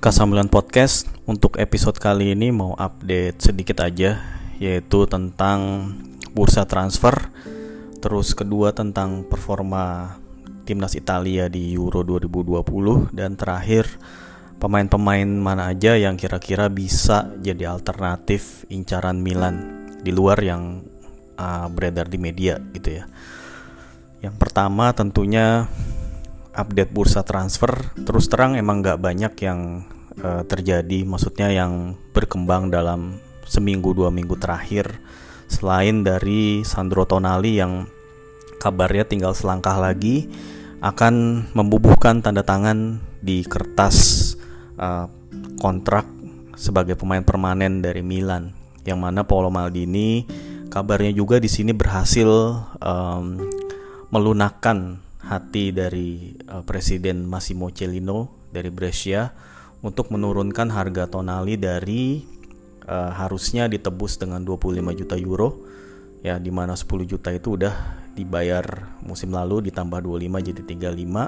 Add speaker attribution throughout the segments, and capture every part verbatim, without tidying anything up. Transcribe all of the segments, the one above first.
Speaker 1: K sembilan Podcast. Untuk episode kali ini mau update sedikit aja, yaitu tentang bursa transfer. Terus kedua tentang performa timnas Italia di Euro dua ribu dua puluh. Dan terakhir pemain-pemain mana aja yang kira-kira bisa jadi alternatif incaran Milan di luar yang uh, beredar di media gitu ya. Yang pertama tentunya update bursa transfer. Terus terang emang gak banyak yang uh, terjadi, maksudnya yang berkembang dalam seminggu dua minggu terakhir, selain dari Sandro Tonali yang kabarnya tinggal selangkah lagi akan membubuhkan tanda tangan di kertas uh, kontrak sebagai pemain permanen dari Milan, yang mana Paolo Maldini kabarnya juga di sini berhasil um, melunakkan hati dari uh, Presiden Massimo Cellino dari Brescia untuk menurunkan harga Tonali dari uh, harusnya ditebus dengan dua puluh lima juta euro, ya, di mana sepuluh juta itu udah dibayar musim lalu, ditambah dua puluh lima jadi tiga puluh lima.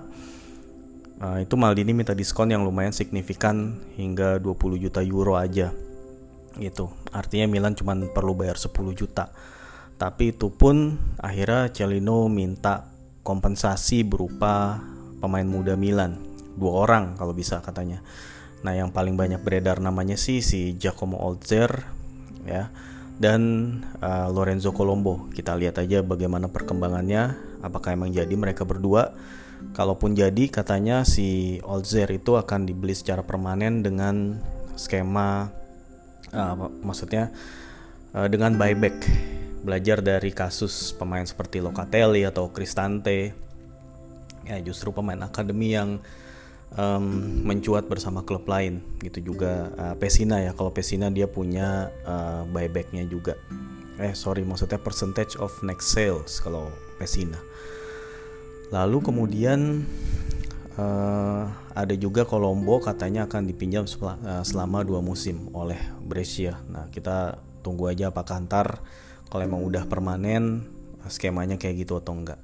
Speaker 1: Uh, itu Maldini minta diskon yang lumayan signifikan hingga dua puluh juta euro aja. Gitu. Artinya Milan cuma perlu bayar sepuluh juta. Tapi itu pun akhirnya Cellino minta kompensasi berupa pemain muda Milan, dua orang kalau bisa katanya. Nah, yang paling banyak beredar namanya sih si Giacomo Olzer ya, dan uh, Lorenzo Colombo. Kita lihat aja bagaimana perkembangannya, apakah emang jadi mereka berdua. Kalaupun jadi, katanya si Olzer itu akan dibeli secara permanen dengan skema uh, maksudnya uh, dengan buyback. Belajar dari kasus pemain seperti Locatelli atau Cristante, ya, justru pemain akademi yang um, mencuat bersama klub lain. Gitu juga uh, Pessina ya. Kalau Pessina dia punya uh, buybacknya juga. Eh sorry maksudnya percentage of next sales kalau Pessina. Lalu kemudian uh, ada juga Colombo, katanya akan dipinjam selama dua musim oleh Brescia. Nah, kita tunggu aja apakah ntar kalau emang udah permanen skemanya kayak gitu atau enggak.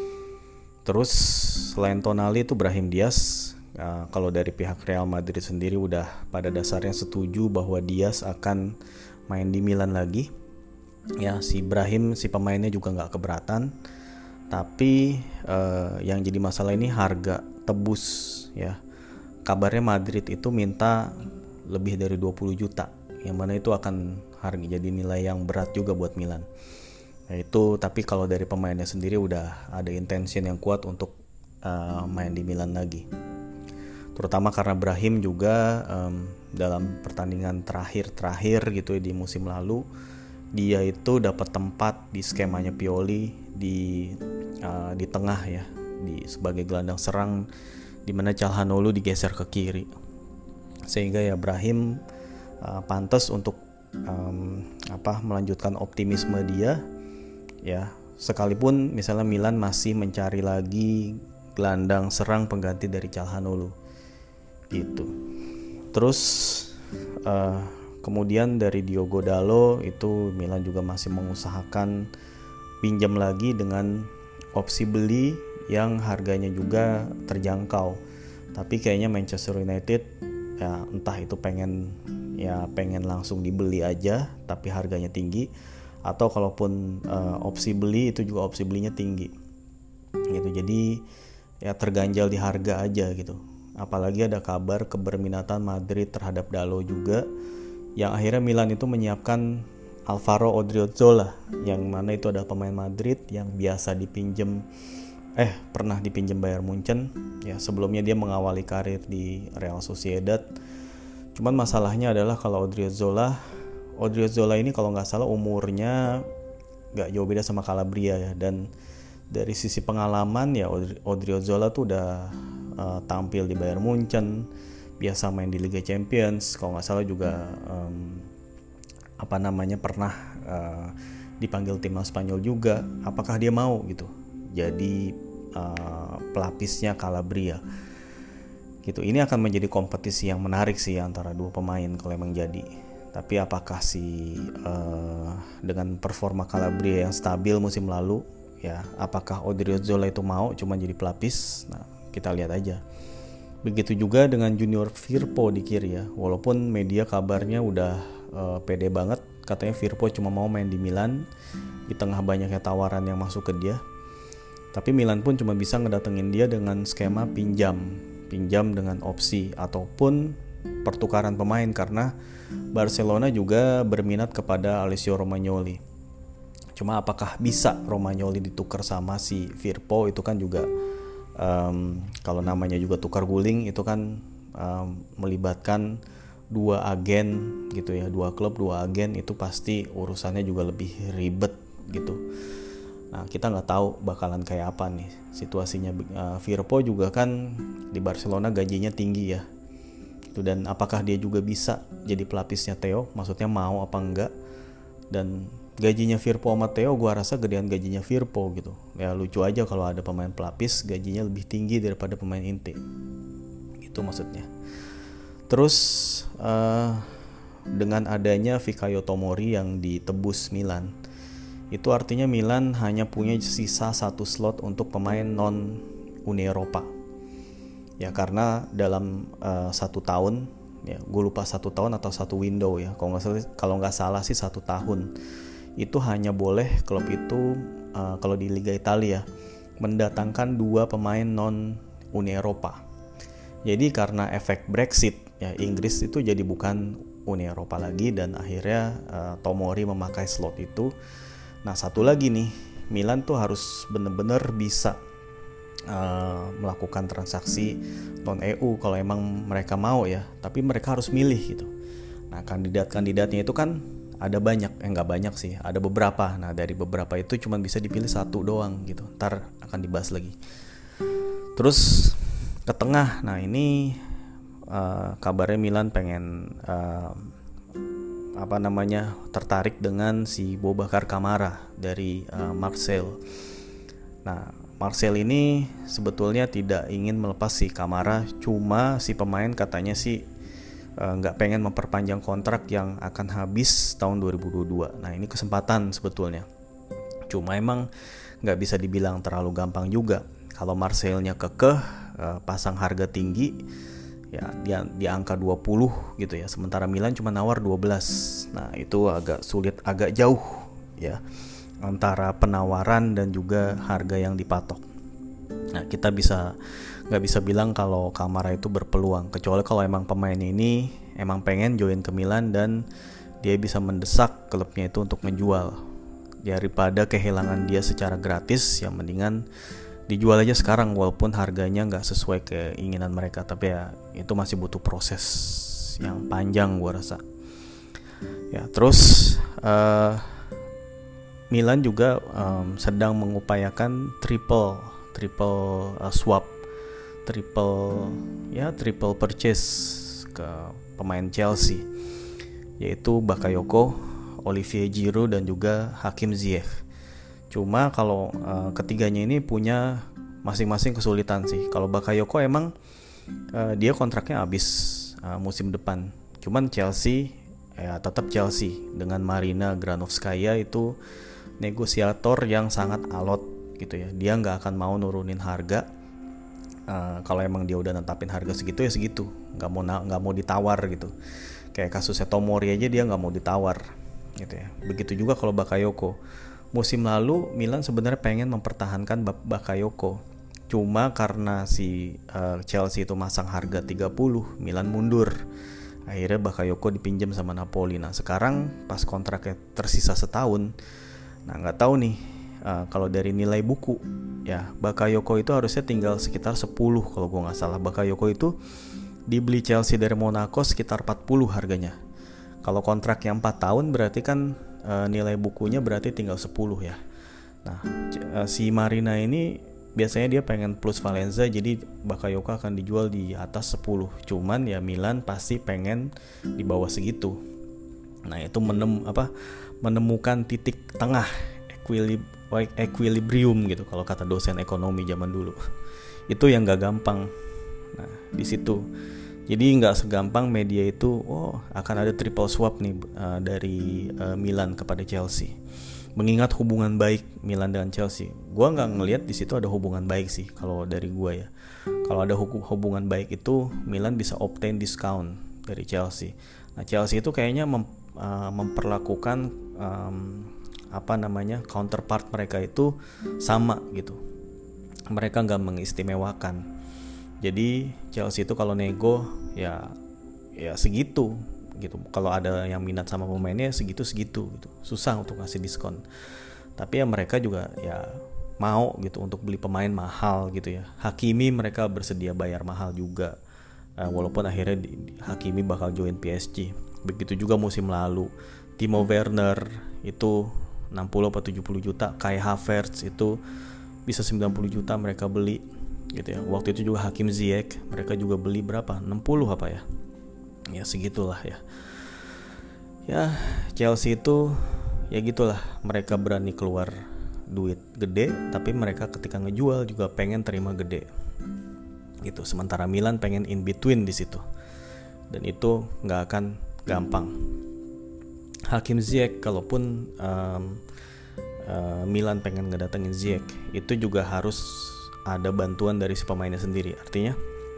Speaker 1: Terus selain Tonali itu Brahim Diaz, uh, kalau dari pihak Real Madrid sendiri udah pada dasarnya setuju bahwa Diaz akan main di Milan lagi. Ya, si Brahim si pemainnya juga nggak keberatan. Tapi uh, yang jadi masalah ini harga tebus ya. Kabarnya Madrid itu minta lebih dari dua puluh juta, yang mana itu akan harga jadi nilai yang berat juga buat Milan. Nah, itu tapi kalau dari pemainnya sendiri udah ada intention yang kuat untuk uh, main di Milan lagi. Terutama karena Brahim juga um, dalam pertandingan terakhir-terakhir gitu ya, di musim lalu dia itu dapat tempat di skemanya Pioli di uh, di tengah ya, di sebagai gelandang serang, di mana Calhanoglu digeser ke kiri. Sehingga ya Brahim uh, pantas untuk Um, apa melanjutkan optimisme dia ya, sekalipun misalnya Milan masih mencari lagi gelandang serang pengganti dari Calhanoglu gitu. Terus uh, kemudian dari Diogo Dalot itu Milan juga masih mengusahakan pinjam lagi dengan opsi beli yang harganya juga terjangkau, tapi kayaknya Manchester United ya entah itu pengen ya pengen langsung dibeli aja tapi harganya tinggi, atau kalaupun uh, opsi beli itu juga opsi belinya tinggi gitu. Jadi ya terganjal di harga aja gitu. Apalagi ada kabar keberminatan Madrid terhadap Dalot juga, yang akhirnya Milan itu menyiapkan Alvaro Odriozola, yang mana itu adalah pemain Madrid yang biasa dipinjem eh pernah dipinjam Bayern Munchen ya, sebelumnya dia mengawali karir di Real Sociedad. Cuman masalahnya adalah kalau Odriozola Odriozola ini kalau nggak salah umurnya nggak jauh beda sama Calabria ya, dan dari sisi pengalaman ya Odriozola tuh udah uh, tampil di Bayern Munchen, biasa main di Liga Champions, kalau nggak salah juga um, apa namanya pernah uh, dipanggil timnas Spanyol juga. Apakah dia mau gitu jadi uh, pelapisnya Calabria gitu? Ini akan menjadi kompetisi yang menarik sih antara dua pemain kalau emang jadi. Tapi apakah si uh, dengan performa Calabria yang stabil musim lalu ya, apakah Odriozola itu mau cuma jadi pelapis? Nah, kita lihat aja. Begitu juga dengan Junior Firpo di kiri ya. Walaupun media kabarnya udah uh, pede banget, katanya Firpo cuma mau main di Milan di tengah banyaknya tawaran yang masuk ke dia. Tapi Milan pun cuma bisa ngedatengin dia dengan skema pinjam, pinjam dengan opsi ataupun pertukaran pemain, karena Barcelona juga berminat kepada Alessio Romagnoli. Cuma apakah bisa Romagnoli ditukar sama si Firpo, itu kan juga Um, kalau namanya juga tukar guling, itu kan um, melibatkan dua agen gitu ya, dua klub, dua agen, itu pasti urusannya juga lebih ribet gitu. Nah, kita nggak tahu bakalan kayak apa nih situasinya. uh, Firpo juga kan di Barcelona gajinya tinggi ya, dan apakah dia juga bisa jadi pelapisnya Theo, maksudnya mau apa enggak. Dan gajinya Firpo sama Theo gue rasa gedean gajinya Firpo gitu. Ya lucu aja kalau ada pemain pelapis gajinya lebih tinggi daripada pemain inti. Itu maksudnya. Terus uh, dengan adanya Fikayo Tomori yang ditebus Milan, itu artinya Milan hanya punya sisa satu slot untuk pemain non Uni Eropa. Ya karena dalam uh, satu tahun, ya gue lupa satu tahun atau satu window ya. Kalau nggak salah, kalau nggak salah sih satu tahun. Itu hanya boleh klub itu uh, kalau di Liga Italia mendatangkan dua pemain non Uni Eropa. Jadi karena efek Brexit ya, Inggris itu jadi bukan Uni Eropa lagi, dan akhirnya uh, Tomori memakai slot itu. Nah satu lagi nih, Milan tuh harus bener-bener bisa uh, melakukan transaksi non E U kalau emang mereka mau ya, tapi mereka harus milih gitu. Nah kandidat-kandidatnya itu kan ada banyak, eh nggak banyak sih, ada beberapa. Nah dari beberapa itu cuma bisa dipilih satu doang gitu. Ntar akan dibahas lagi. Terus ke tengah, nah ini uh, kabarnya Milan pengen uh, apa namanya tertarik dengan si Boubacar Kamara dari uh, Marseille. Nah Marseille ini sebetulnya tidak ingin melepas si Kamara, cuma si pemain katanya sih nggak uh, pengen memperpanjang kontrak yang akan habis tahun dua ribu dua puluh dua. Nah ini kesempatan sebetulnya, cuma emang nggak bisa dibilang terlalu gampang juga. Kalau Marseille-nya kekeh uh, pasang harga tinggi ya di, di angka dua puluh gitu ya, sementara Milan cuma nawar dua belas. Nah itu agak sulit, agak jauh ya antara penawaran dan juga harga yang dipatok. Nah kita bisa nggak bisa bilang kalau Kamara itu berpeluang, kecuali kalau emang pemain ini emang pengen join ke Milan dan dia bisa mendesak klubnya itu untuk menjual. Daripada kehilangan dia secara gratis, yang mendingan dijual aja sekarang walaupun harganya nggak sesuai keinginan mereka. Tapi ya itu masih butuh proses yang panjang gua rasa. Ya terus uh, Milan juga um, sedang mengupayakan triple triple uh, swap, triple ya triple purchase ke pemain Chelsea, yaitu Bakayoko, Olivier Giroud dan juga Hakim Ziyech. Cuma kalau uh, ketiganya ini punya masing-masing kesulitan sih. Kalau Bakayoko emang uh, dia kontraknya habis uh, musim depan. Cuman Chelsea ya tetap Chelsea dengan Marina Granovskaya itu negosiator yang sangat alot gitu ya. Dia nggak akan mau nurunin harga. Uh, kalau emang dia udah netapin harga segitu ya segitu, nggak mau nggak mau ditawar gitu. Kayak kasusnya Tomori aja dia nggak mau ditawar gitu ya. Begitu juga kalau Bakayoko. Musim lalu Milan sebenarnya pengen mempertahankan Bakayoko, cuma karena si uh, Chelsea itu masang harga tiga puluh, Milan mundur. Akhirnya Bakayoko dipinjam sama Napoli. Nah sekarang pas kontraknya tersisa setahun, nah nggak tahu nih uh, kalau dari nilai buku ya Bakayoko itu harusnya tinggal sekitar sepuluh kalau gue nggak salah. Bakayoko itu dibeli Chelsea dari Monaco sekitar empat puluh harganya. Kalau kontrak yang empat tahun berarti kan uh, nilai bukunya berarti tinggal sepuluh ya. Nah uh, si Marina ini biasanya dia pengen plus Valenza, jadi Bakayoko akan dijual di atas sepuluh. Cuman ya Milan pasti pengen di bawah segitu. Nah itu menem, apa, menemukan titik tengah, equilib, equilibrium gitu kalau kata dosen ekonomi zaman dulu. Itu yang gak gampang. Nah di situ. Jadi nggak segampang media itu, oh akan ada triple swap nih uh, dari uh, Milan kepada Chelsea. Mengingat hubungan baik Milan dengan Chelsea, gue nggak ngelihat di situ ada hubungan baik sih kalau dari gue ya. kalau ada hubungan baik itu Milan bisa obtain discount dari Chelsea. Nah, Chelsea itu kayaknya mem, uh, memperlakukan um, apa namanya counterpart mereka itu sama gitu. Mereka nggak mengistimewakan. Jadi Chelsea itu kalau nego ya ya segitu gitu. Kalau ada yang minat sama pemainnya segitu segitu gitu. Susah untuk ngasih diskon. Tapi ya mereka juga ya mau gitu untuk beli pemain mahal gitu ya. Hakimi mereka bersedia bayar mahal juga, uh, walaupun akhirnya di, di, Hakimi bakal join P S G. Begitu juga musim lalu Timo Werner itu enam puluh atau tujuh puluh juta, Kai Havertz itu bisa sembilan puluh juta mereka beli gitu ya. Waktu itu juga Hakim Ziyech mereka juga beli berapa, enam puluh apa ya, ya segitulah ya. Ya Chelsea itu ya gitulah, mereka berani keluar duit gede, tapi mereka ketika ngejual juga pengen terima gede gitu. Sementara Milan pengen in between di situ, dan itu nggak akan gampang. Hakim Ziyech, kalaupun um, uh, Milan pengen ngedatengin Ziyech, itu juga harus ada bantuan dari si pemainnya sendiri. Artinya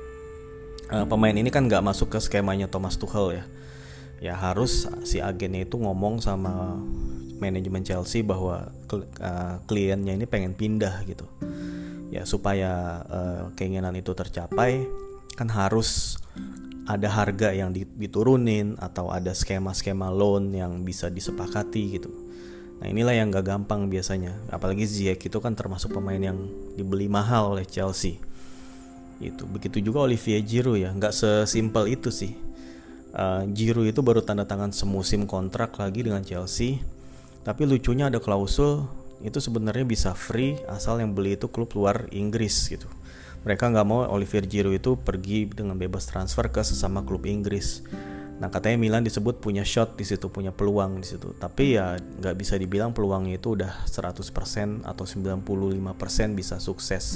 Speaker 1: uh, pemain ini kan nggak masuk ke skemanya Thomas Tuchel ya. Ya harus si agennya itu ngomong sama manajemen Chelsea bahwa uh, kliennya ini pengen pindah gitu. Ya supaya uh, keinginan itu tercapai kan harus ada harga yang diturunin atau ada skema-skema loan yang bisa disepakati gitu. Nah inilah yang gak gampang biasanya. Apalagi Ziyech itu kan termasuk pemain yang dibeli mahal oleh Chelsea. Itu begitu juga Olivier Giroud ya, nggak sesimpel itu sih. Uh, Giroud itu baru tanda tangan semusim kontrak lagi dengan Chelsea. Tapi lucunya ada klausul itu sebenarnya bisa free asal yang beli itu klub luar Inggris gitu. Mereka nggak mau Olivier Giroud itu pergi dengan bebas transfer ke sesama klub Inggris. Nah katanya Milan disebut punya shot di situ, punya peluang di situ. Tapi ya nggak bisa dibilang peluangnya itu udah seratus persen atau sembilan puluh lima persen bisa sukses.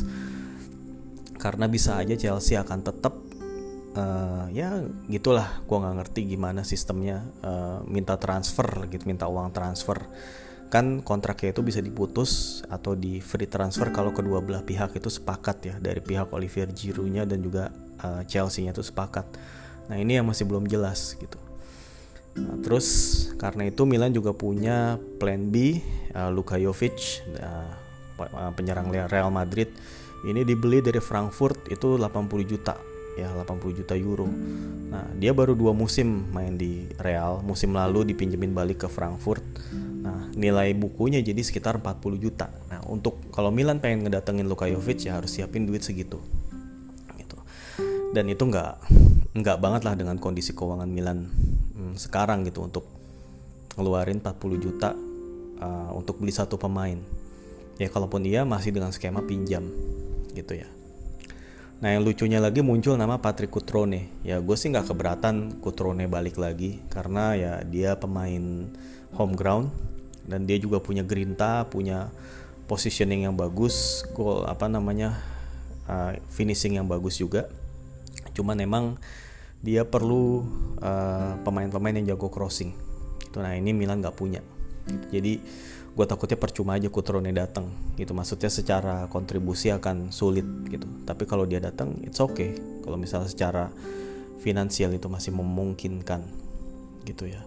Speaker 1: Karena bisa aja Chelsea akan tetap uh, ya gitulah, gue nggak ngerti gimana sistemnya, uh, minta transfer gitu, minta uang transfer. Kan kontraknya itu bisa diputus atau di free transfer kalau kedua belah pihak itu sepakat ya, dari pihak Olivier Giroud-nya dan juga uh, Chelsea-nya itu sepakat. Nah ini yang masih belum jelas gitu. Nah, terus karena itu Milan juga punya plan B, uh, Luka Jovic, uh, penyerang Real Madrid. Ini dibeli dari Frankfurt itu delapan puluh juta ya, delapan puluh juta euro. Nah dia baru dua musim main di Real, musim lalu dipinjemin balik ke Frankfurt. Nah nilai bukunya jadi sekitar empat puluh juta. Nah untuk kalau Milan pengen ngedatengin Luka Jovic ya harus siapin duit segitu gitu. Dan itu nggak nggak banget lah dengan kondisi keuangan Milan hmm, sekarang gitu, untuk ngeluarin empat puluh juta uh, untuk beli satu pemain. Ya kalaupun iya masih dengan skema pinjam gitu ya. Nah yang lucunya lagi muncul nama Patrick Cutrone. Ya gue sih nggak keberatan Cutrone balik lagi, karena ya dia pemain home ground dan dia juga punya grinta, punya positioning yang bagus, gol apa namanya uh, finishing yang bagus juga. Cuman emang dia perlu uh, pemain-pemain yang jago crossing. Gitu. Nah ini Milan nggak punya. Gitu. Jadi gue takutnya percuma aja Cutrone datang gitu. Maksudnya secara kontribusi akan sulit gitu. Tapi kalau dia datang it's okay. Kalau misalnya secara finansial itu masih memungkinkan gitu ya.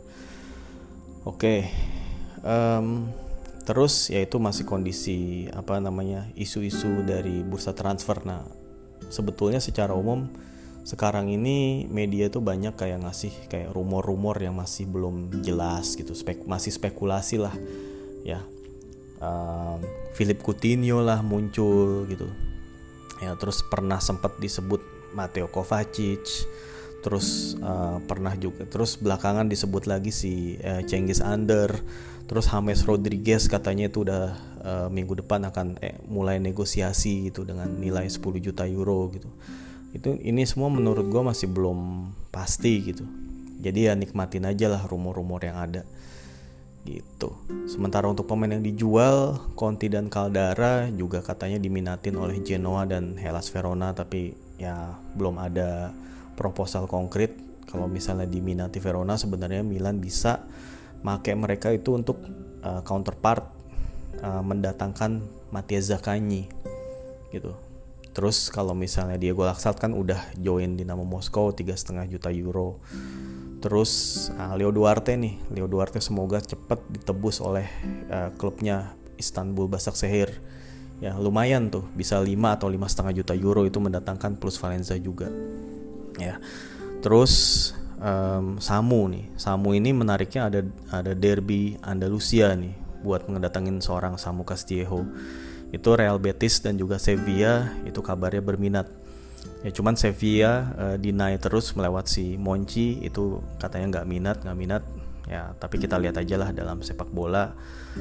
Speaker 1: Oke. Um, terus yaitu masih kondisi apa namanya isu-isu dari bursa transfer. Nah sebetulnya secara umum sekarang ini media tuh banyak kayak ngasih kayak rumor-rumor yang masih belum jelas gitu, Spek, masih spekulasi lah ya. um, Philippe Coutinho lah muncul gitu ya, terus pernah sempat disebut Mateo Kovacic, terus uh, pernah juga terus belakangan disebut lagi si uh, Cengiz Under, terus James Rodriguez katanya itu udah uh, minggu depan akan eh, mulai negosiasi gitu dengan nilai sepuluh juta euro gitu. Itu ini semua menurut gue masih belum pasti gitu. Jadi ya nikmatin aja lah rumor-rumor yang ada gitu. Sementara untuk pemain yang dijual, Conti dan Caldara juga katanya diminatin oleh Genoa dan Hellas Verona, tapi ya belum ada proposal konkret. Kalau misalnya diminati Verona, sebenarnya Milan bisa make mereka itu untuk uh, counterpart, uh, mendatangkan Matteo Zaccagni gitu. Terus kalau misalnya Diego Laxalt kan udah join Dinamo Moskow tiga koma lima juta euro. Terus uh, Leo Duarte nih, Leo Duarte semoga cepat ditebus oleh uh, klubnya Istanbul Başakşehir. Ya lumayan tuh, bisa lima atau lima koma lima juta euro, itu mendatangkan plus Valencia juga. Ya. Terus um, Samu nih, Samu ini menariknya ada ada derby Andalusia nih buat mendatangin seorang Samu Castillejo. Itu Real Betis dan juga Sevilla itu kabarnya berminat. Ya cuman Sevilla uh, deny terus melewat si Monchi, itu katanya nggak minat, nggak minat. Ya tapi kita lihat aja lah, dalam sepak bola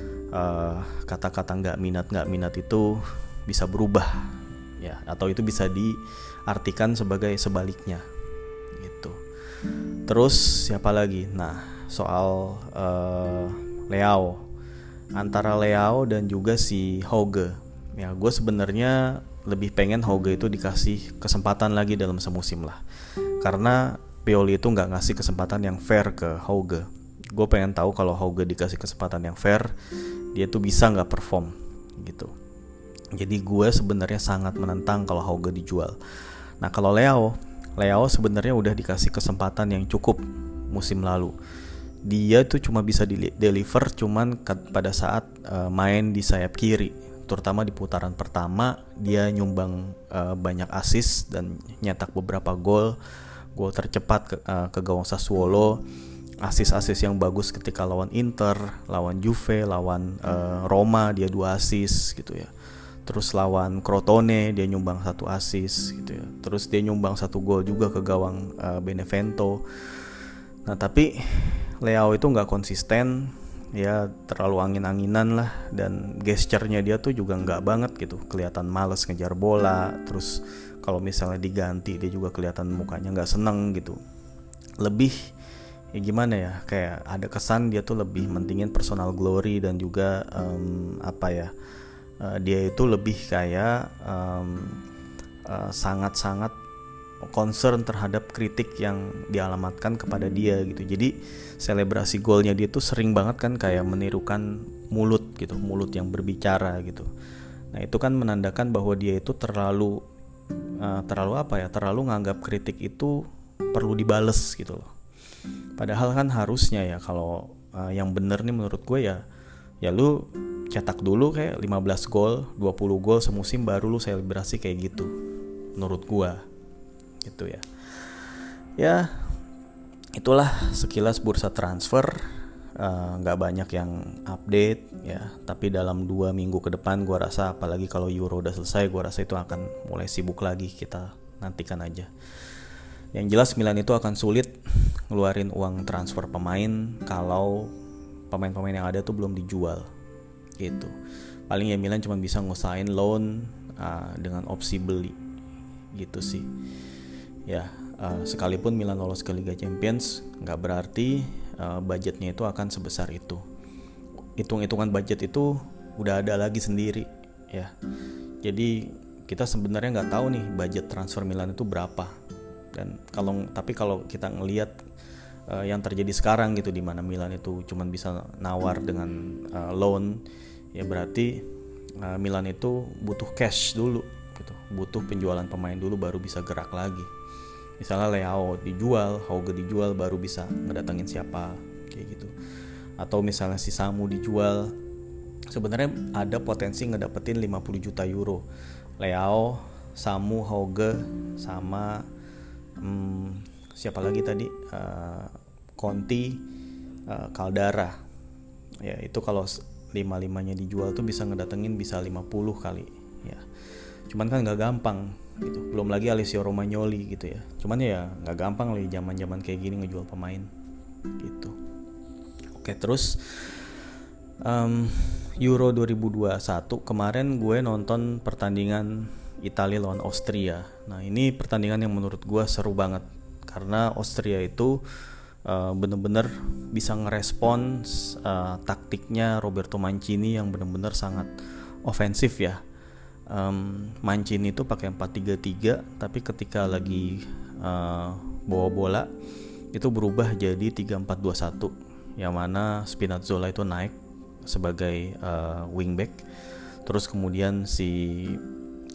Speaker 1: uh, kata-kata nggak minat nggak minat itu bisa berubah, ya atau itu bisa diartikan sebagai sebaliknya, gitu. Terus siapa lagi? Nah soal uh, Leao. Antara Leao dan juga si Hauge. Ya, gue sebenarnya lebih pengen Hauge itu dikasih kesempatan lagi dalam semusim lah. Karena Pioli itu nggak ngasih kesempatan yang fair ke Hauge. Gue pengen tahu kalau Hauge dikasih kesempatan yang fair, dia tuh bisa nggak perform, gitu. Jadi gue sebenarnya sangat menentang kalau Hauge dijual. Nah kalau Leao, Leao sebenarnya udah dikasih kesempatan yang cukup musim lalu. Dia tuh cuma bisa deliver cuman pada saat uh, main di sayap kiri, terutama di putaran pertama dia nyumbang uh, banyak assist dan nyetak beberapa gol, gol tercepat ke, uh, ke gawang Sassuolo, assist-assist yang bagus ketika lawan Inter, lawan Juve, lawan uh, Roma dia dua assist gitu ya. Terus lawan Crotone dia nyumbang satu assist gitu ya. Terus dia nyumbang satu gol juga ke gawang uh, Benevento. Nah tapi Leao itu nggak konsisten, ya terlalu angin-anginan lah, dan gesturnya dia tuh juga nggak banget gitu, kelihatan males ngejar bola. Terus kalau misalnya diganti dia juga kelihatan mukanya nggak seneng gitu. Lebih ya gimana ya, kayak ada kesan dia tuh lebih mentingin personal glory dan juga um, apa ya, uh, dia itu lebih kayak um, uh, sangat-sangat concern terhadap kritik yang dialamatkan kepada dia gitu. Jadi selebrasi golnya dia tuh sering banget kan kayak menirukan mulut gitu, mulut yang berbicara gitu. Nah itu kan menandakan bahwa dia itu terlalu uh, terlalu apa ya, terlalu nganggap kritik itu perlu dibales gitu loh. Padahal kan harusnya ya kalau uh, yang bener nih menurut gue ya, ya lu cetak dulu kayak lima belas gol, dua puluh gol semusim baru lu selebrasi kayak gitu. Menurut gue gitu ya. Ya itulah sekilas bursa transfer, nggak uh, banyak yang update ya, tapi dalam dua minggu ke depan gue rasa, apalagi kalau Euro udah selesai, gue rasa itu akan mulai sibuk lagi, kita nantikan aja. Yang jelas Milan itu akan sulit ngeluarin uang transfer pemain kalau pemain-pemain yang ada tuh belum dijual gitu. Paling ya Milan cuma bisa ngusahain loan uh, dengan opsi beli gitu sih. Ya, uh, sekalipun Milan lolos ke Liga Champions, nggak berarti uh, budgetnya itu akan sebesar itu. Hitung-hitungan budget itu udah ada lagi sendiri, ya. Jadi kita sebenarnya nggak tahu nih budget transfer Milan itu berapa. Dan kalau tapi kalau kita ngelihat uh, yang terjadi sekarang gitu, di mana Milan itu cuma bisa nawar dengan uh, loan, ya berarti uh, Milan itu butuh cash dulu, gitu. Butuh penjualan pemain dulu baru bisa gerak lagi. Misalnya Leao dijual, Hauge dijual, baru bisa ngedatangin siapa kayak gitu. Atau misalnya si Samu dijual, sebenarnya ada potensi ngedapetin lima puluh juta euro. Leao, Samu, Hauge, sama hmm, siapa lagi tadi? Uh, Conti, uh, Caldara. Ya itu kalau lima-limanya dijual tuh bisa ngedatengin bisa lima puluh kali. Ya, cuman kan nggak gampang gitu. Belum lagi Alessio Romagnoli gitu ya. Cuman ya nggak gampang loh zaman-zaman kayak gini ngejual pemain gitu. Oke, terus um, Euro dua ribu dua puluh satu kemarin gue nonton pertandingan Italia lawan Austria. Nah ini pertandingan yang menurut gue seru banget karena Austria itu uh, bener-bener bisa ngerespon uh, taktiknya Roberto Mancini yang bener-bener sangat ofensif ya. Um, Mancini itu pakai empat tiga tiga, tapi ketika lagi uh, bawa bola itu berubah jadi tiga empat dua satu, yang mana Spinazzola itu naik sebagai uh, wingback. Terus kemudian si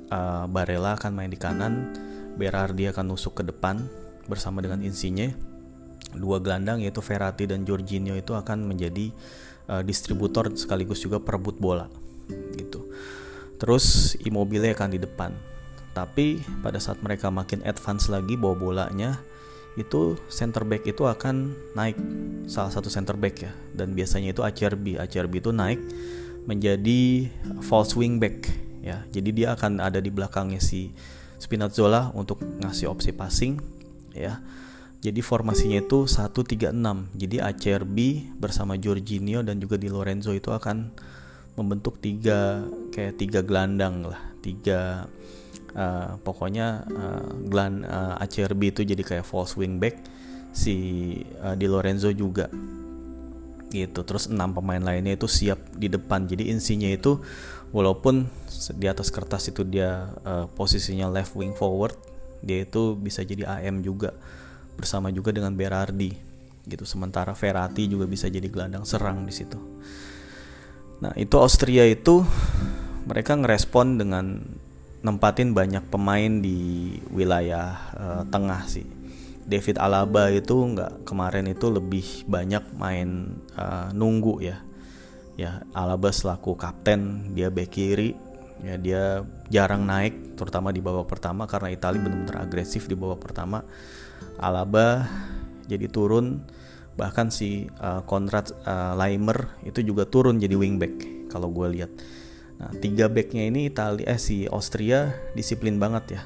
Speaker 1: uh, Barella akan main di kanan, Berardi akan nusuk ke depan bersama dengan Insigne. Dua gelandang yaitu Verratti dan Jorginho itu akan menjadi uh, distributor sekaligus juga perebut bola gitu. Terus Immobile akan di depan. Tapi pada saat mereka makin advance lagi bawa bolanya, itu center back itu akan naik, salah satu center back ya, dan biasanya itu Acerbi. Acerbi itu naik menjadi false wing back ya. Jadi dia akan ada di belakangnya si Spinazzola untuk ngasih opsi passing ya. Jadi formasinya itu satu tiga enam. Jadi Acerbi bersama Jorginho dan juga Di Lorenzo itu akan membentuk tiga kayak tiga gelandang lah, tiga Uh, pokoknya uh, Glan uh, Acerbi itu jadi kayak false wing back, si uh, Di Lorenzo juga gitu. Terus enam pemain lainnya itu siap di depan. Jadi Insigne itu walaupun di atas kertas itu dia uh, posisinya left wing forward, dia itu bisa jadi A M juga bersama juga dengan Berardi gitu. Sementara Verratti juga bisa jadi gelandang serang di situ. Nah, itu Austria itu mereka ngerespon dengan nempatin banyak pemain di wilayah uh, tengah sih. David Alaba itu nggak, kemarin itu lebih banyak main uh, nunggu ya. Ya Alaba selaku kapten, dia bek kiri, ya dia jarang naik, terutama di babak pertama karena Italia benar-benar agresif di babak pertama. Alaba jadi turun, bahkan si uh, Konrad uh, Laimer itu juga turun jadi wingback kalau gue lihat. Nah, tiga backnya ini Italia, eh si Austria disiplin banget ya.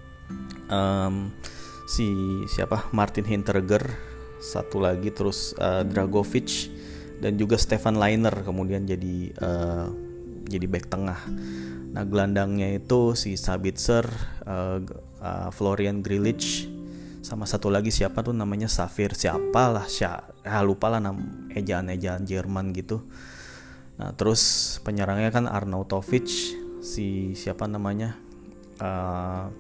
Speaker 1: Um, si siapa Martin Hinteregger satu lagi, terus uh, Dragovic dan juga Stefan Lainer kemudian jadi uh, jadi back tengah. Nah, gelandangnya itu si Sabitzer, uh, uh, Florian Grillitsch, sama satu lagi siapa tuh namanya Safir siapa lah, Syah, ah, lupa lah nama ejaan-ejaan Jerman gitu. Nah, terus penyerangnya kan Arnautovic, si siapa namanya uh,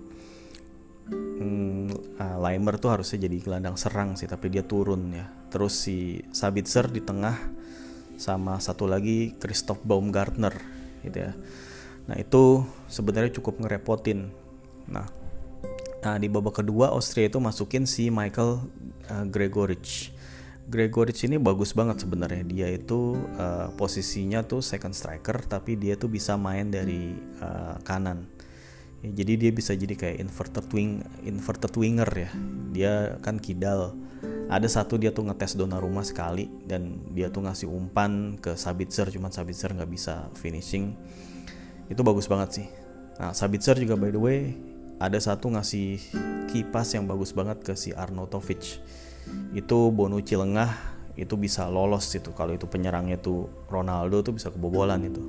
Speaker 1: hmm, uh, Laimer tuh harusnya jadi gelandang serang sih, tapi dia turun ya. Terus si Sabitzer di tengah sama satu lagi Christoph Baumgartner gitu ya. Nah, itu sebenarnya cukup ngerepotin. Nah, nah di babak kedua Austria itu masukin si Michael uh, Gregoritsch. Gregoritsch ini bagus banget sebenarnya. Dia itu uh, posisinya tuh second striker, tapi dia tuh bisa main dari uh, kanan. Ya, jadi dia bisa jadi kayak inverted wing, inverted winger ya. Dia kan kidal. Ada satu dia tuh ngetes Donnarumma sekali dan dia tuh ngasih umpan ke Sabitzer, cuman Sabitzer nggak bisa finishing. Itu bagus banget sih. Nah, Sabitzer juga by the way ada satu ngasih key pass yang bagus banget ke si Arnautovic. Itu Bonucci lengah itu bisa lolos itu. Kalau itu penyerangnya tuh Ronaldo tuh bisa kebobolan itu.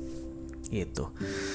Speaker 1: Itu.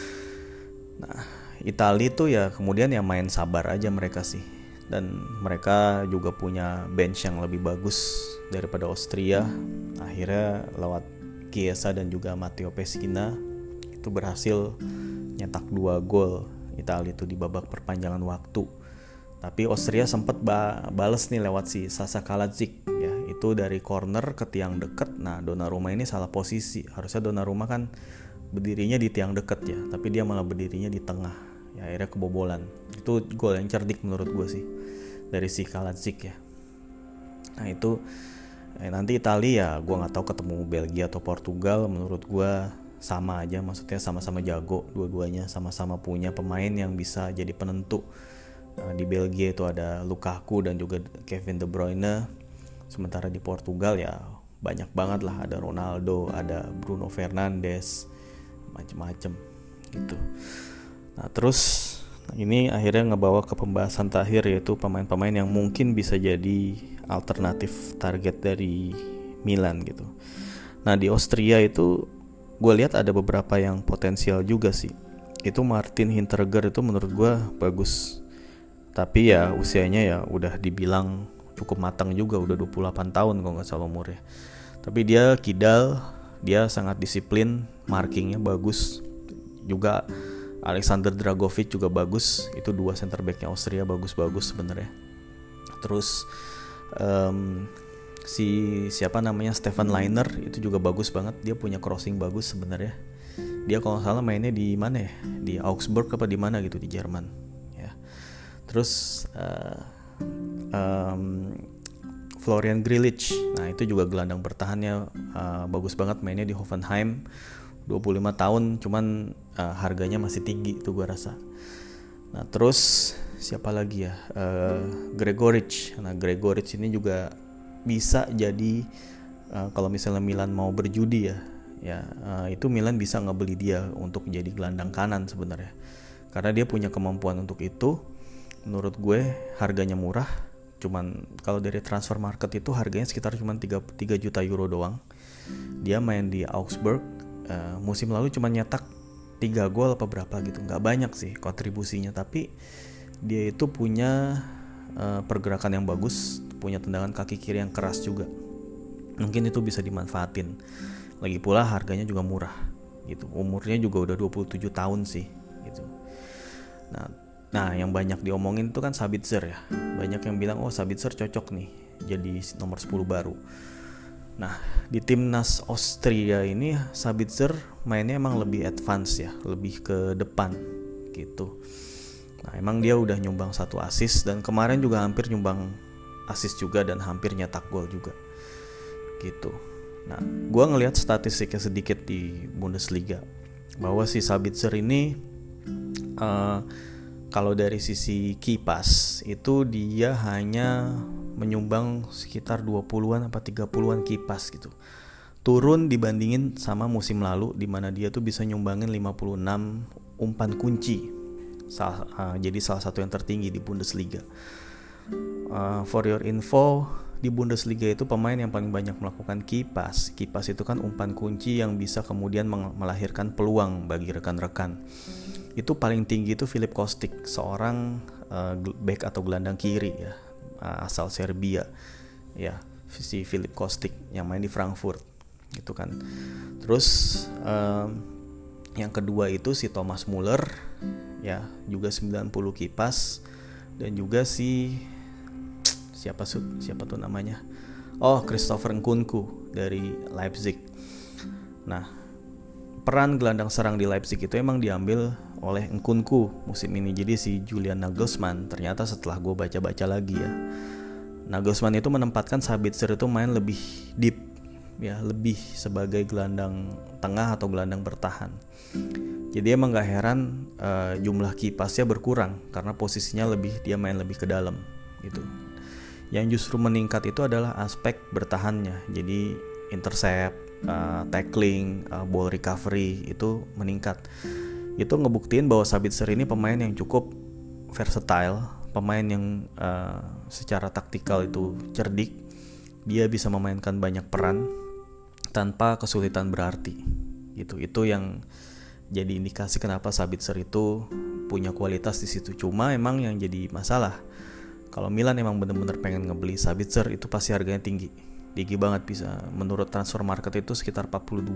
Speaker 1: Nah, Italia tuh ya kemudian ya main sabar aja mereka sih. Dan mereka juga punya bench yang lebih bagus daripada Austria. Akhirnya lewat Chiesa dan juga Matteo Pessina itu berhasil nyetak dua gol Italia itu di babak perpanjangan waktu. Tapi Austria sempat ba- bales nih lewat si Sasa Kaladzic ya, itu dari corner ke tiang deket. Nah, Donnarumma ini salah posisi. Harusnya Donnarumma kan berdirinya di tiang deket ya, tapi dia malah berdirinya di tengah. Ya akhirnya kebobolan. Itu gol yang cerdik menurut gue sih dari si Kaladzic ya. Nah, itu eh, nanti Italia ya gue nggak tahu ketemu Belgia atau Portugal. Menurut gue sama aja, maksudnya sama-sama jago dua-duanya, sama-sama punya pemain yang bisa jadi penentu. Di Belgia itu ada Lukaku dan juga Kevin De Bruyne. Sementara di Portugal ya banyak banget lah, ada Ronaldo, ada Bruno Fernandes, macem-macem gitu. Nah, terus ini akhirnya ngebawa ke pembahasan terakhir, yaitu pemain-pemain yang mungkin bisa jadi alternatif target dari Milan gitu. Nah, di Austria itu gue lihat ada beberapa yang potensial juga sih. Itu Martin Hinteregger itu menurut gue bagus. Tapi ya usianya ya udah dibilang cukup matang juga, udah dua puluh delapan tahun kalau nggak salah umurnya. Tapi dia kidal, dia sangat disiplin, markingnya bagus. Juga Alexander Dragovic juga bagus. Itu dua center backnya Austria bagus-bagus sebenarnya. Terus um, si siapa namanya Stefan Lainer itu juga bagus banget. Dia punya crossing bagus sebenarnya. Dia kalau nggak salah mainnya di mana ya, di Augsburg apa di mana gitu di Jerman ya. Terus uh, um, Florian Grillitsch, nah itu juga gelandang bertahannya uh, bagus banget, mainnya di Hoffenheim, dua puluh lima tahun, cuman uh, harganya masih tinggi itu gue rasa. Nah terus siapa lagi ya, uh, Gregoritsch. Nah Gregoritsch ini juga bisa jadi uh, kalau misalnya Milan mau berjudi ya, ya uh, itu Milan bisa ngebeli dia untuk jadi gelandang kanan sebenarnya, karena dia punya kemampuan untuk itu. Menurut gue harganya murah. Cuman kalau dari transfer market itu harganya sekitar cuma tiga juta euro doang. Dia main di Augsburg, uh, musim lalu cuma nyetak tiga gol apa berapa gitu. Gak banyak sih kontribusinya, tapi dia itu punya uh, pergerakan yang bagus, punya tendangan kaki kiri yang keras juga. Mungkin itu bisa dimanfaatin. Lagi pula harganya juga murah gitu. Umurnya juga udah dua puluh tujuh tahun sih gitu. Nah, Nah, yang banyak diomongin itu kan Sabitzer ya. Banyak yang bilang, oh Sabitzer cocok nih jadi nomor sepuluh baru. Nah, di timnas Austria ini Sabitzer mainnya emang lebih advance ya, lebih ke depan gitu. Nah, emang dia udah nyumbang satu assist, dan kemarin juga hampir nyumbang assist juga dan hampir nyetak gol juga gitu. Nah, gue ngelihat statistiknya sedikit di Bundesliga bahwa si Sabitzer ini uh, kalau dari sisi kipas itu dia hanya menyumbang sekitar dua puluhan apa tiga puluhan kipas gitu. Turun dibandingin sama musim lalu di mana dia tuh bisa nyumbangin lima puluh enam umpan kunci. Sal, uh, jadi salah satu yang tertinggi di Bundesliga. Uh, for your info, di Bundesliga itu pemain yang paling banyak melakukan kipas. Kipas itu kan umpan kunci yang bisa kemudian melahirkan peluang bagi rekan-rekan. Itu paling tinggi itu Filip Kostic, seorang uh, back atau gelandang kiri ya, uh, asal Serbia ya, si Filip Kostic yang main di Frankfurt gitu kan. Terus um, yang kedua itu si Thomas Muller ya, juga sembilan puluh kipas, dan juga si siapa tuh siapa tuh namanya oh Christopher Nkunku dari Leipzig. Nah, peran gelandang serang di Leipzig itu emang diambil oleh Nkunku musim ini. Jadi si Julian Nagelsmann, ternyata setelah gue baca-baca lagi ya, Nagelsmann itu menempatkan Sabitzer itu main lebih deep ya, lebih sebagai gelandang tengah atau gelandang bertahan. Jadi emang gak heran uh, jumlah kipasnya berkurang karena posisinya lebih, dia main lebih ke dalam gitu. Yang justru meningkat itu adalah aspek bertahannya. Jadi intercept, uh, tackling, uh, ball recovery itu meningkat. Itu ngebuktiin bahwa Sabitzer ini pemain yang cukup versatile, pemain yang uh, secara taktikal itu cerdik. Dia bisa memainkan banyak peran tanpa kesulitan berarti gitu. Itu yang jadi indikasi kenapa Sabitzer itu punya kualitas di situ. Cuma emang yang jadi masalah, kalau Milan emang bener-bener pengen ngebeli Sabitzer itu pasti harganya tinggi, tinggi banget. Bisa menurut transfer market itu sekitar empat puluh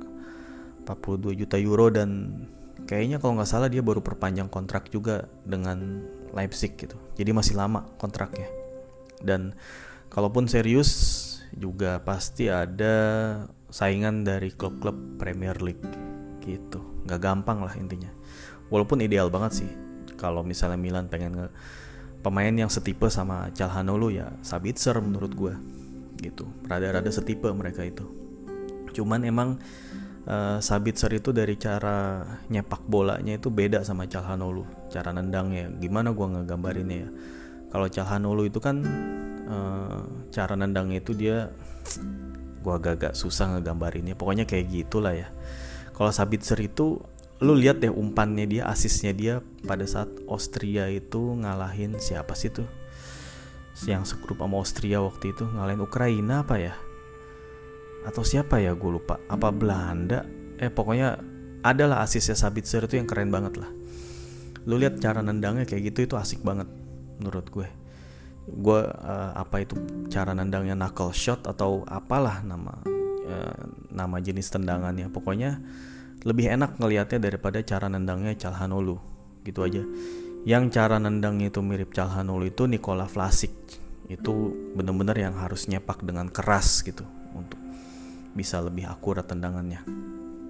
Speaker 1: dua juta euro, dan kayaknya kalau nggak salah dia baru perpanjang kontrak juga dengan Leipzig gitu. Jadi masih lama kontraknya. Dan kalaupun serius juga pasti ada saingan dari klub-klub Premier League gitu. Nggak gampang lah intinya. Walaupun ideal banget sih kalau misalnya Milan pengen nge- pemain yang setipe sama Calhanoglu ya Sabitzer menurut gue gitu. Rada-rada setipe mereka itu. Cuman emang uh, Sabitzer itu dari cara nyepak bolanya itu beda sama Calhanoglu. Cara nendangnya gimana gue ngegambarinnya ya. Kalau Calhanoglu itu kan uh, cara nendangnya itu dia, gue agak-agak susah ngegambarinnya. Pokoknya kayak gitulah ya. Kalau Sabitzer itu lu lihat deh umpannya dia, asisnya dia pada saat Austria itu ngalahin siapa sih tuh? Yang segrup sama Austria waktu itu ngalahin Ukraina apa ya? Atau siapa ya, gue lupa. Apa Belanda? Eh pokoknya adalah asisnya Sabitzer itu yang keren banget lah. Lu lihat cara nendangnya kayak gitu, itu asik banget menurut gue. Gue uh, apa itu cara nendangnya, knuckle shot atau apalah nama uh, nama jenis tendangannya. Pokoknya lebih enak ngelihatnya daripada cara nendangnya Calhanoglu gitu aja. Yang cara nendangnya itu mirip Calhanoglu itu Nikola Vlasic. Itu benar-benar yang harus nyepak dengan keras gitu untuk bisa lebih akurat tendangannya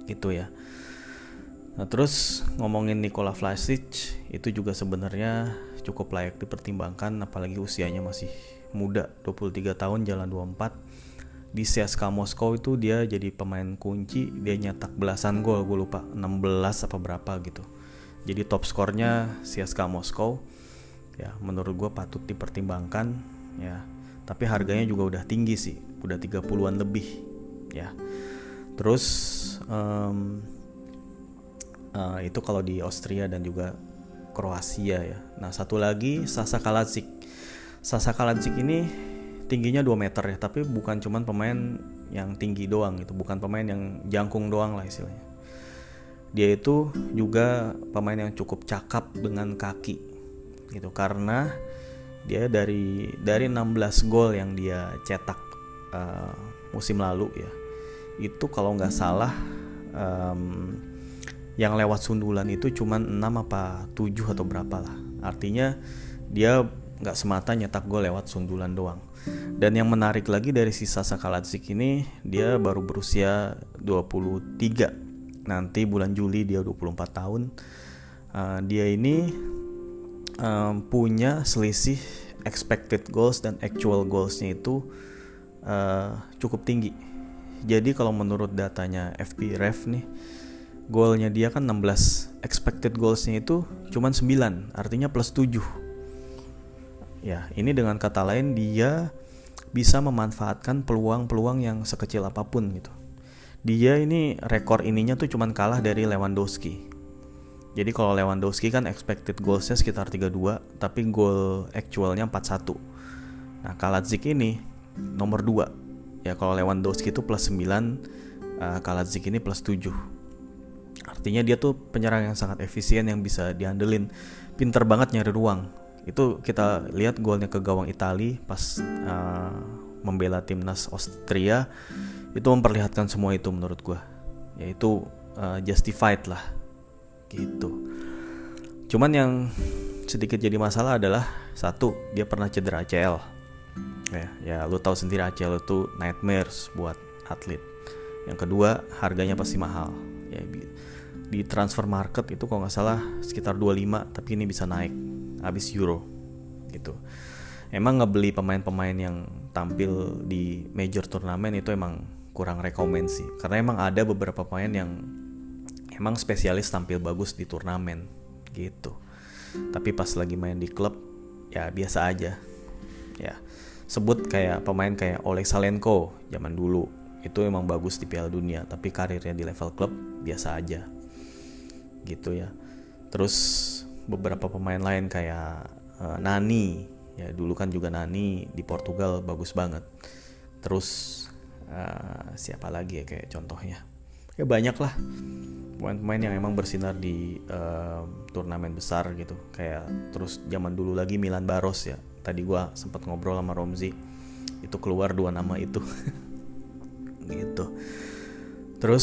Speaker 1: gitu ya. Nah terus ngomongin Nikola Vlasic itu juga sebenarnya cukup layak dipertimbangkan, apalagi usianya masih muda, dua puluh tiga tahun jalan dua puluh empat. Di C S K A Moskow itu dia jadi pemain kunci, dia nyetak belasan gol, gue lupa enam belas apa berapa gitu. Jadi top skornya C S K A Moskow. Ya menurut gue patut dipertimbangkan ya. Tapi harganya juga udah tinggi sih, udah tiga puluhan lebih ya. Terus um, uh, itu kalau di Austria dan juga Kroasia ya. Nah satu lagi Sasa Kalajic. Sasa Kalajic ini tingginya dua meter ya, tapi bukan cuman pemain yang tinggi doang gitu, bukan pemain yang jangkung doang lah istilahnya. Dia itu juga pemain yang cukup cakap dengan kaki gitu, karena dia dari dari enam belas gol yang dia cetak uh, musim lalu ya, itu kalau nggak salah um, yang lewat sundulan itu cuman enam apa tujuh atau berapa lah. Artinya dia nggak semata nyetak gol lewat sundulan doang. Dan yang menarik lagi dari si Sasa Kalajic ini, dia baru berusia dua puluh tiga. Nanti bulan Juli dia dua puluh empat tahun. Uh, dia ini um, punya selisih expected goals dan actual goals-nya itu uh, cukup tinggi. Jadi kalau menurut datanya F B Ref nih, golnya dia kan enam belas, expected goals-nya itu cuman sembilan, artinya plus tujuh. Ya, ini dengan kata lain dia bisa memanfaatkan peluang-peluang yang sekecil apapun gitu. Dia ini rekor ininya tuh cuman kalah dari Lewandowski. Jadi kalau Lewandowski kan expected goals-nya sekitar tiga puluh dua, tapi goal actualnya empat puluh satu. Nah, Kalajic ini nomor dua. Ya kalau Lewandowski itu plus sembilan, uh, Kalajic ini plus tujuh. Artinya dia tuh penyerang yang sangat efisien yang bisa diandelin. Pinter banget nyari ruang. Itu kita lihat golnya ke gawang Italia pas uh, membela timnas Austria, itu memperlihatkan semua itu menurut gue. Yaitu uh, justified lah gitu. Cuman yang sedikit jadi masalah adalah satu, dia pernah cedera A C L. Ya, ya lu tahu sendiri A C L itu nightmares buat atlet. Yang kedua, harganya pasti mahal. Ya, di transfer market itu kalau nggak salah sekitar dua puluh lima, tapi ini bisa naik habis Euro gitu. Emang ngebeli pemain-pemain yang tampil di major turnamen itu emang kurang rekomen sih, karena emang ada beberapa pemain yang emang spesialis tampil bagus di turnamen gitu. Tapi pas lagi main di klub ya biasa aja. Ya, sebut kayak pemain kayak Oleg Salenko zaman dulu, itu emang bagus di Piala Dunia, tapi karirnya di level klub biasa aja gitu ya. Terus beberapa pemain lain kayak uh, Nani, ya dulu kan juga Nani di Portugal bagus banget. Terus uh, siapa lagi ya kayak contohnya, ya banyak lah pemain-pemain yang emang bersinar di uh, turnamen besar gitu. Kayak terus zaman dulu lagi Milan Baros ya, tadi gua sempat ngobrol sama Romzi, itu keluar dua nama itu gitu. Terus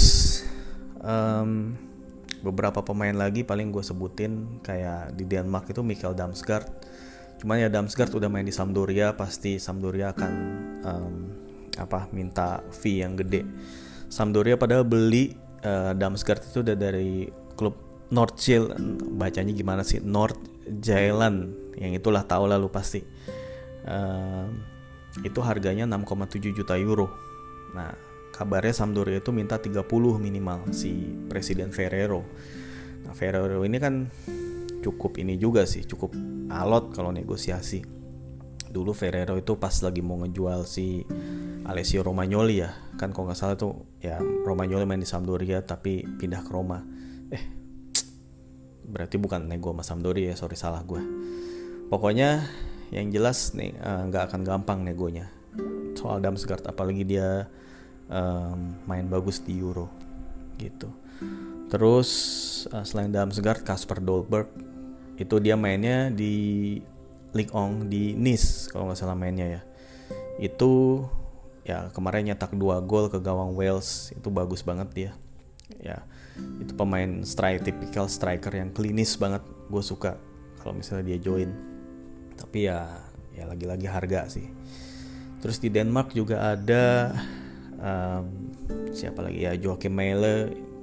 Speaker 1: um, beberapa pemain lagi paling gue sebutin kayak di Denmark itu Mikkel Damsgaard. Cuman ya Damsgaard udah main di Sampdoria, pasti Sampdoria akan um, apa minta fee yang gede. Sampdoria padahal beli uh, Damsgaard itu udah dari klub Nordsjælland, bacanya gimana sih, Nordsjælland, yang itulah tau lah lu pasti. Uh, itu harganya enam koma tujuh juta euro. Nah kabarnya Sampdoria itu minta tiga puluh minimal si Presiden Ferrero. Nah Ferrero ini kan cukup ini juga sih, cukup alot kalau negosiasi. Dulu Ferrero itu pas lagi mau ngejual si Alessio Romagnoli ya, kan kalau nggak salah tuh ya Romagnoli main di Sampdoria tapi pindah ke Roma. Eh berarti bukan nego sama Sampdoria ya, sorry salah gue. Pokoknya yang jelas nih nggak uh, akan gampang negonya soal Damsgaard, apalagi dia Um, main bagus di Euro gitu. Terus uh, selain Damsgaard, Kasper Dolberg itu dia mainnya di Ligue satu di Nice kalau nggak salah mainnya ya. Itu ya kemarin nyetak dua gol ke gawang Wales, itu bagus banget dia. Ya itu pemain strike, typical striker yang klinis banget, gue suka kalau misalnya dia join. Tapi ya ya lagi-lagi harga sih. Terus di Denmark juga ada Um, siapa lagi ya, Joachim Mæhle,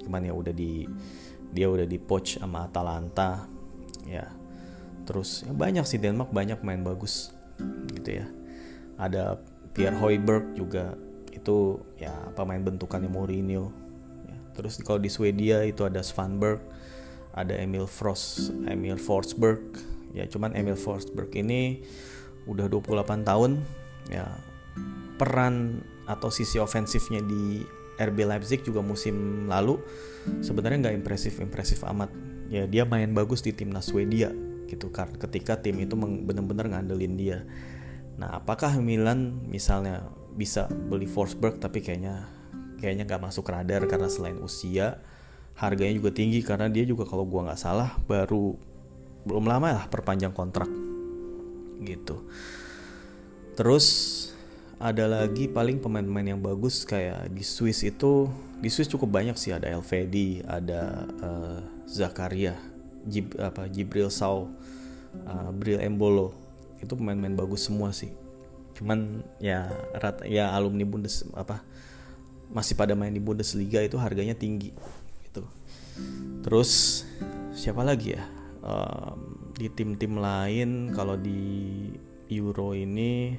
Speaker 1: cuman ya udah di dia udah di poach sama Atalanta ya. Terus ya banyak sih, Denmark banyak main bagus gitu ya. Ada Pierre Højbjerg juga, itu ya pemain bentukannya Mourinho ya. Terus kalau di Swedia itu ada Svanberg, ada Emil Frost Emil Forsberg ya. Cuman Emil Forsberg ini udah dua puluh delapan tahun ya. Peran atau sisi ofensifnya di R B Leipzig juga musim lalu sebenarnya nggak impresif-impresif amat ya. Dia main bagus di timnas Swedia gitu kan, ketika tim itu benar-benar ngandelin dia. Nah, apakah Milan misalnya bisa beli Forsberg, tapi kayaknya kayaknya nggak masuk radar karena selain usia, harganya juga tinggi karena dia juga kalau gua nggak salah baru belum lama lah perpanjang kontrak gitu. Terus ada lagi paling pemain-pemain yang bagus kayak di Swiss itu, di Swiss cukup banyak sih, ada Elvedi, ada uh, Zakaria, Jib, apa Jibril Sau, uh, Bril Embolo. Itu pemain-pemain bagus semua sih. Cuman ya rata ya alumni Bundes apa masih pada main di Bundesliga itu harganya tinggi gitu. Terus siapa lagi ya? Um, di tim-tim lain kalau di Euro ini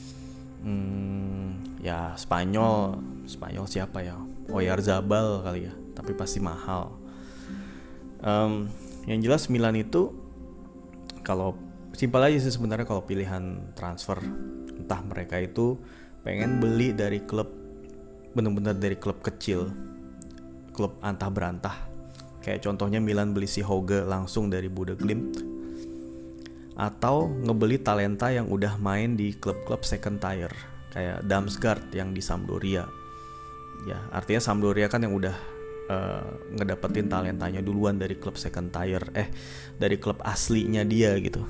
Speaker 1: hmm, ya Spanyol, Spanyol siapa ya? Oyarzabal kali ya, tapi pasti mahal. Um, yang jelas Milan itu kalau simpel aja sih sebenarnya kalau pilihan transfer, entah mereka itu pengen beli dari klub benar-benar dari klub kecil, klub antah berantah, kayak contohnya Milan beli si Hauge langsung dari Bodø/Glimt, atau ngebeli talenta yang udah main di klub-klub second tier kayak Damsgaard yang di Sampdoria ya. Artinya Sampdoria kan yang udah uh, ngedapetin talentanya duluan dari klub second tier, eh dari klub aslinya dia gitu.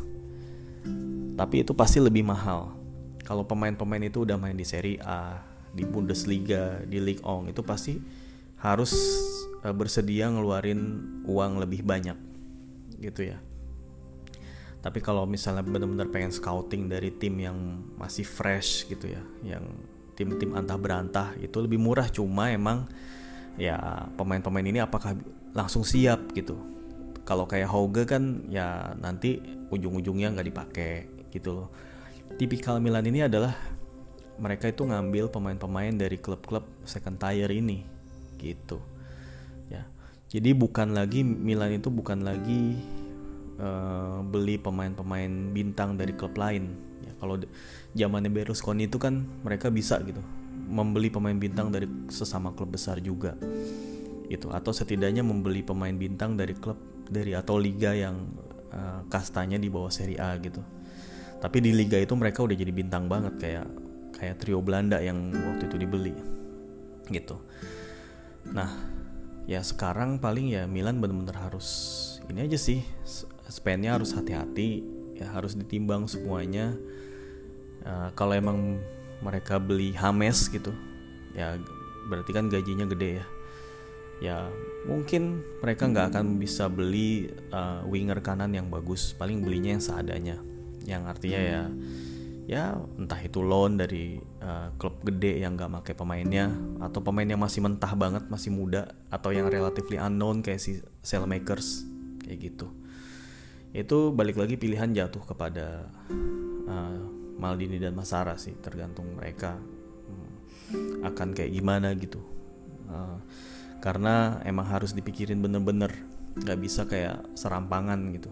Speaker 1: Tapi itu pasti lebih mahal. Kalau pemain-pemain itu udah main di Serie A, di Bundesliga, di Ligue satu, itu pasti harus uh, bersedia ngeluarin uang lebih banyak gitu ya. Tapi kalau misalnya benar-benar pengen scouting dari tim yang masih fresh gitu ya, yang tim-tim antah berantah, itu lebih murah. Cuma emang ya pemain-pemain ini apakah langsung siap gitu. Kalau kayak Hauge kan ya nanti ujung-ujungnya nggak dipakai gitu loh. Tipikal Milan ini adalah mereka itu ngambil pemain-pemain dari klub-klub second tier ini gitu ya. Jadi bukan lagi Milan itu bukan lagi uh, beli pemain-pemain bintang dari klub lain ya. Kalau zamannya Berlusconi itu kan mereka bisa gitu membeli pemain bintang dari sesama klub besar juga gitu, atau setidaknya membeli pemain bintang dari klub dari atau liga yang uh, kastanya di bawah Serie A gitu. Tapi di liga itu mereka udah jadi bintang banget, kayak kayak trio Belanda yang waktu itu dibeli gitu. Nah, ya sekarang paling ya Milan benar-benar harus ini aja sih, spendnya harus hati-hati ya, harus ditimbang semuanya. Uh, kalau emang mereka beli James gitu ya, berarti kan gajinya gede ya. Ya mungkin mereka nggak akan bisa beli uh, winger kanan yang bagus, paling belinya yang seadanya, yang artinya ya ya entah itu loan dari uh, klub gede yang nggak pakai pemainnya, atau pemain yang masih mentah banget, masih muda, atau yang relatively unknown kayak si Saelemaekers kayak gitu. Itu balik lagi pilihan jatuh kepada uh, Maldini dan Massara sih, tergantung mereka hmm, akan kayak gimana gitu. Uh, Karena emang harus dipikirin bener-bener, gak bisa kayak serampangan gitu.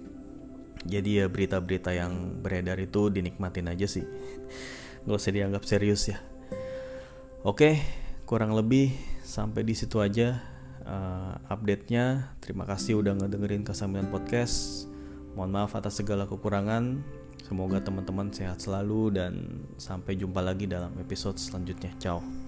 Speaker 1: Jadi ya berita-berita yang beredar itu dinikmatin aja sih, gak usah dianggap serius ya. Oke, kurang lebih sampai di situ aja uh, update-nya. Terima kasih udah ngedengerin Kesambungan Podcast. Mohon maaf atas segala kekurangan. Semoga teman-teman sehat selalu dan sampai jumpa lagi dalam episode selanjutnya. Ciao.